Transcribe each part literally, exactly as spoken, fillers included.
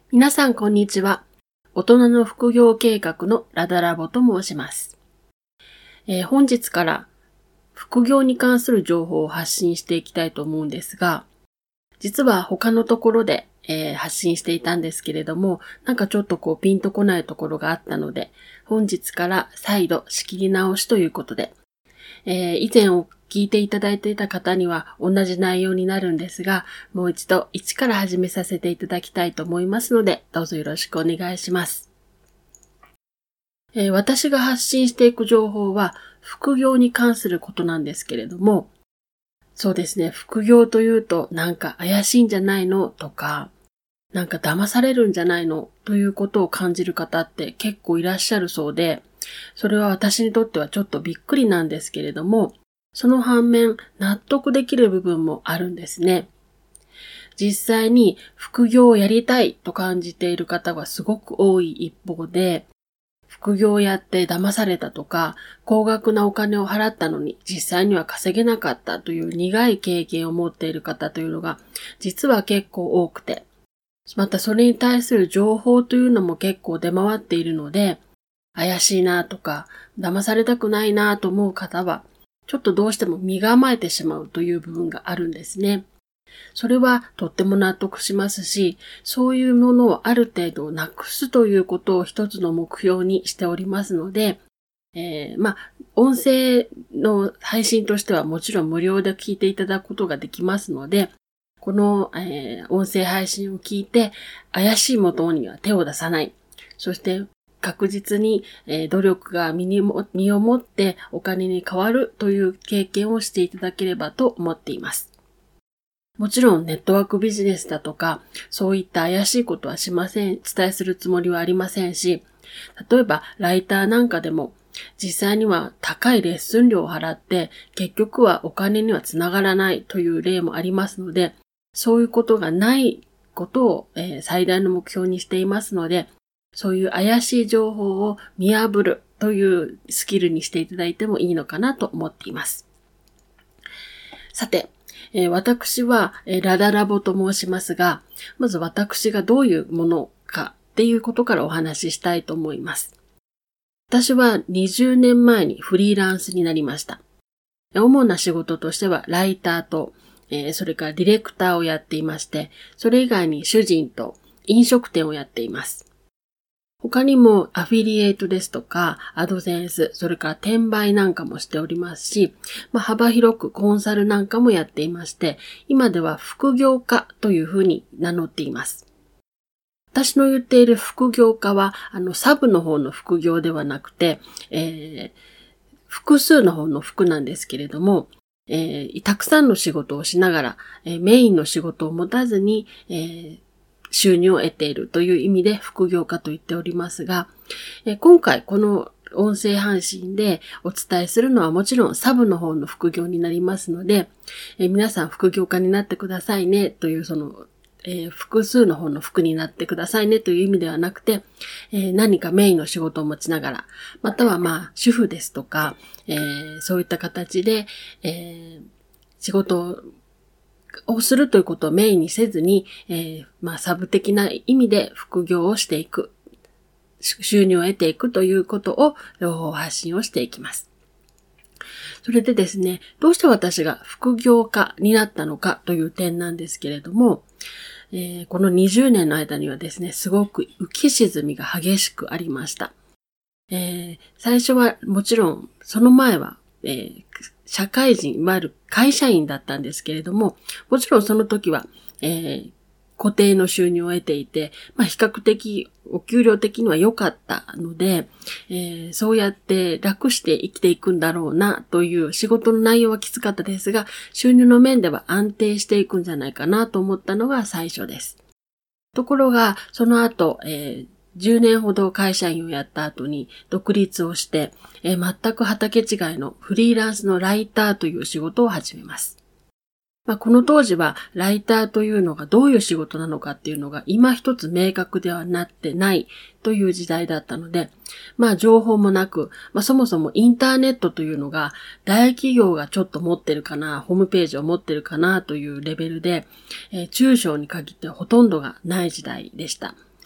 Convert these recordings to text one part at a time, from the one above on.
皆さんこんにちは。大人の副業計画のラダラボと申します。えー、本日から副業に関する情報を発信していきたいと思うんですが、実は他のところで、えー、発信していたんですけれども、なんかちょっとこうピンとこないところがあったので、本日から再度仕切り直しということで、えー、以前を聞いていただいていた方には同じ内容になるんですが、もう一度一から始めさせていただきたいと思いますので、どうぞよろしくお願いします。えー、私が発信していく情報は副業に関することなんですけれども、そうですね、副業というとなんか怪しいんじゃないのとか、なんか騙されるんじゃないのということを感じる方って結構いらっしゃるそうで、それは私にとってはちょっとびっくりなんですけれども、その反面納得できる部分もあるんですね。実際に副業をやりたいと感じている方がすごく多い一方で、副業をやって騙されたとか、高額なお金を払ったのに実際には稼げなかったという苦い経験を持っている方というのが実は結構多くて、またそれに対する情報というのも結構出回っているので、怪しいなとか、騙されたくないなと思う方は、ちょっとどうしても身構えてしまうという部分があるんですね。それはとっても納得しますし、そういうものをある程度なくすということを一つの目標にしておりますので、えー、まあ、音声の配信としてはもちろん無料で聞いていただくことができますので、この、えー、音声配信を聞いて怪しいものには手を出さない。そして確実に、えー、努力が身にも、身をもってお金に変わるという経験をしていただければと思っています。もちろんネットワークビジネスだとか、そういった怪しいことはしません、伝えするつもりはありませんし、例えばライターなんかでも実際には高いレッスン料を払って結局はお金にはつながらないという例もありますので、そういうことがないことを、えー、最大の目標にしていますので、そういう怪しい情報を見破るというスキルにしていただいてもいいのかなと思っています。さて、えー、私は、えー、ラダラボと申しますが、まず私がどういうものかっていうことからお話ししたいと思います。私はにじゅうねんまえにフリーランスになりました。主な仕事としてはライターと、えー、それからディレクターをやっていまして、それ以外に主人と飲食店をやっています。他にもアフィリエイトですとか、アドセンス、それから転売なんかもしておりますし、まあ、幅広くコンサルなんかもやっていまして、今では副業家というふうに名乗っています。私の言っている副業家は、あの、サブの方の副業ではなくて、えー、複数の方の副なんですけれども、えー、たくさんの仕事をしながら、えー、メインの仕事を持たずに、えー収入を得ているという意味で副業家と言っておりますが、え今回この音声配信でお伝えするのはもちろんサブの方の副業になりますので、え皆さん副業家になってくださいねというその、えー、複数の方の副になってくださいねという意味ではなくて、えー、何かメインの仕事を持ちながら、またはまあ主婦ですとか、えー、そういった形で、えー、仕事ををするということをメインにせずに、えー、まあサブ的な意味で副業をしていく、収入を得ていくということを両方発信をしていきます。それでですね、どうして私が副業家になったのかという点なんですけれども、えー、このにじゅうねんの間にはですね、すごく浮き沈みが激しくありました。えー、最初はもちろん、その前は、えー社会人、いわゆる会社員だったんですけれども、もちろんその時は、えー、固定の収入を得ていて、まあ比較的お給料的には良かったので、えー、そうやって楽して生きていくんだろうなという仕事の内容はきつかったですが、収入の面では安定していくんじゃないかなと思ったのが最初です。ところが、その後、えーじゅうねんほど会社員をやった後に独立をして、えー、全く畑違いのフリーランスのライターという仕事を始めます。まあ、この当時はライターというのがどういう仕事なのかっていうのが今一つ明確ではなってないという時代だったので、まあ情報もなく、まあそもそもインターネットというのが大企業がちょっと持ってるかな、ホームページを持ってるかなというレベルで、えー、中小に限ってほとんどがない時代でした。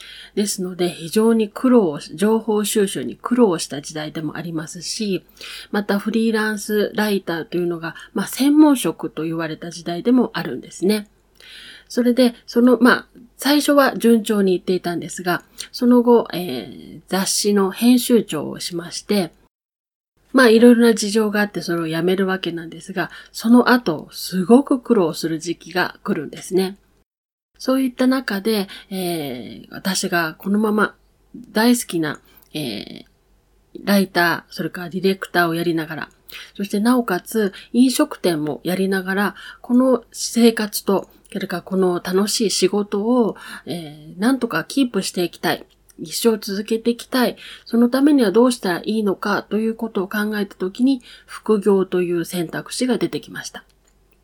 ですので、非常に苦労し、情報収集に苦労した時代でもありますし、またフリーランスライターというのが、まあ、専門職と言われた時代でもあるんですね。それで、その、まあ、最初は順調にいっていたんですが、その後、えー、雑誌の編集長をしまして、まあ、いろいろな事情があってそれを辞めるわけなんですが、その後、すごく苦労する時期が来るんですね。そういった中で、えー、私がこのまま大好きな、えー、ライター、それからディレクターをやりながら、そしてなおかつ飲食店もやりながら、この生活と、それからこの楽しい仕事を、えー、なんとかキープしていきたい。一生続けていきたい。そのためにはどうしたらいいのかということを考えたときに、副業という選択肢が出てきました。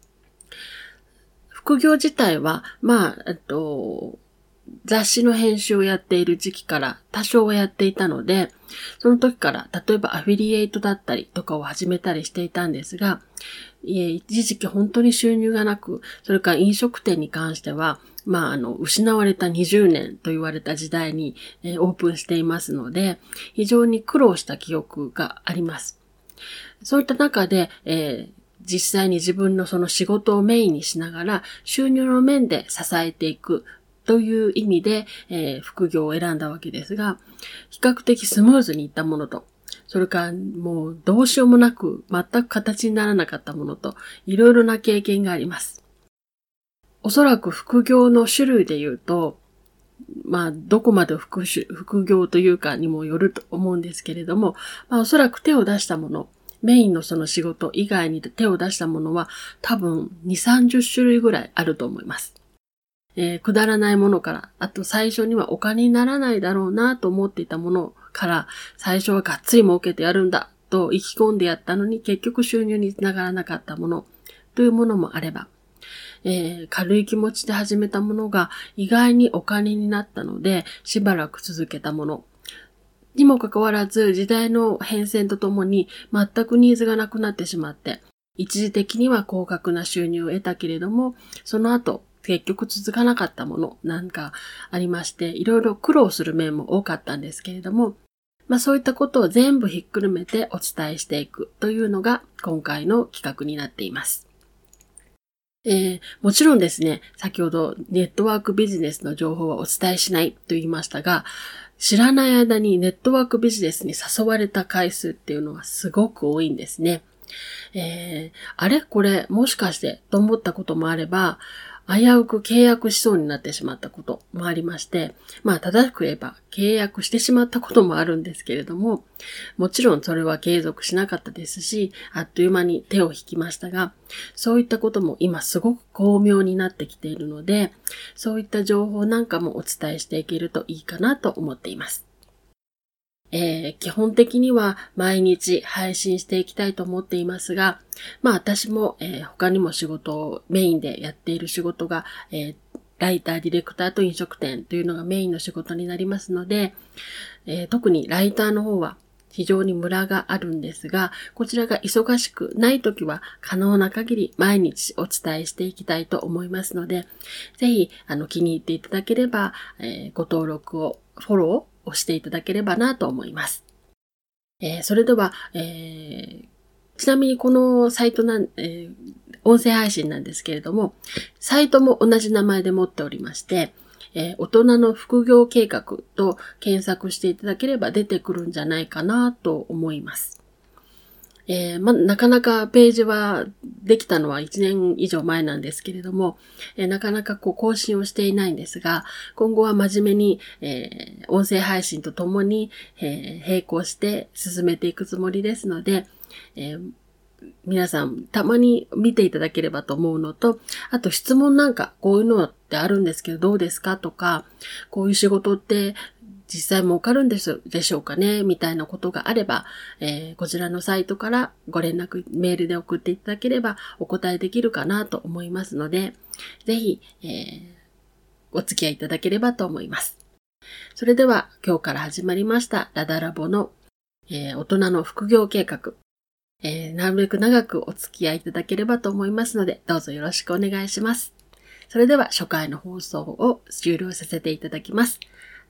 副業自体は、まあ、えっと、雑誌の編集をやっている時期から多少はやっていたので、その時から例えばアフィリエイトだったりとかを始めたりしていたんですが、一時期本当に収入がなく、それから飲食店に関しては、まあ、あの、失われたにじゅうねんと言われた時代に、えー、オープンしていますので、非常に苦労した記憶があります。そういった中で、えー実際に自分のその仕事をメインにしながら収入の面で支えていくという意味で、えー、副業を選んだわけですが、比較的スムーズにいったものと、それからもうどうしようもなく全く形にならなかったものと、いろいろな経験があります。おそらく副業の種類で言うと、まあ、どこまで 副, 副業というかにもよると思うんですけれども、まあ、おそらく手を出したもの、メインのその仕事以外に手を出したものは多分にじゅう、さんじゅっ種類ぐらいあると思います。えー、くだらないものから、あと最初にはお金にならないだろうなと思っていたものから、最初はがっつり儲けてやるんだと意気込んでやったのに結局収入につながらなかったものというものもあれば、えー、軽い気持ちで始めたものが意外にお金になったのでしばらく続けたもの、にもかかわらず時代の変遷とともに全くニーズがなくなってしまって、一時的には高額な収入を得たけれども、その後結局続かなかったものなんかありまして、いろいろ苦労する面も多かったんですけれども、まあそういったことを全部ひっくるめてお伝えしていくというのが今回の企画になっています。えー、もちろんですね、先ほどネットワークビジネスの情報はお伝えしないと言いましたが、知らない間にネットワークビジネスに誘われた回数っていうのはすごく多いんですね。えー、あれこれもしかしてと思ったこともあれば、危うく契約しそうになってしまったこともありまして、まあ正しく言えば契約してしまったこともあるんですけれども、もちろんそれは継続しなかったですし、あっという間に手を引きましたが、そういったことも今すごく巧妙になってきているので、そういった情報なんかもお伝えしていけるといいかなと思っています。えー、基本的には毎日配信していきたいと思っていますが、まあ私も、えー、他にも仕事をメインでやっている仕事が、えー、ライター、ディレクターと飲食店というのがメインの仕事になりますので、えー、特にライターの方は非常にムラがあるんですが、こちらが忙しくないときは可能な限り毎日お伝えしていきたいと思いますので、ぜひあの気に入っていただければ、えー、ご登録を、フォローをしていただければなと思います。えー、それでは、えー、ちなみにこのサイトなん、えー、音声配信なんですけれども、サイトも同じ名前で持っておりまして、えー、大人の副業計画と検索していただければ出てくるんじゃないかなと思います。えー、ま、なかなかページはできたのはいちねん以上前なんですけれども、えー、なかなかこう更新をしていないんですが、今後は真面目に、えー、音声配信とともに、えー、並行して進めていくつもりですので、えー皆さんたまに見ていただければと思うのと、あと質問なんかこういうのってあるんですけどどうですかとか、こういう仕事って実際儲かるんですでしょうかねみたいなことがあれば、えー、こちらのサイトからご連絡メールで送っていただければお答えできるかなと思いますので、ぜひ、えー、お付き合いいただければと思います。それでは今日から始まりましたラダラボの、えー、大人の副業計画、えー、なるべく長くお付き合いいただければと思いますので、どうぞよろしくお願いします。それでは初回の放送を終了させていただきます。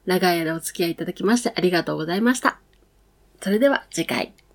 長い間お付き合いいただきましてありがとうございました。それでは次回。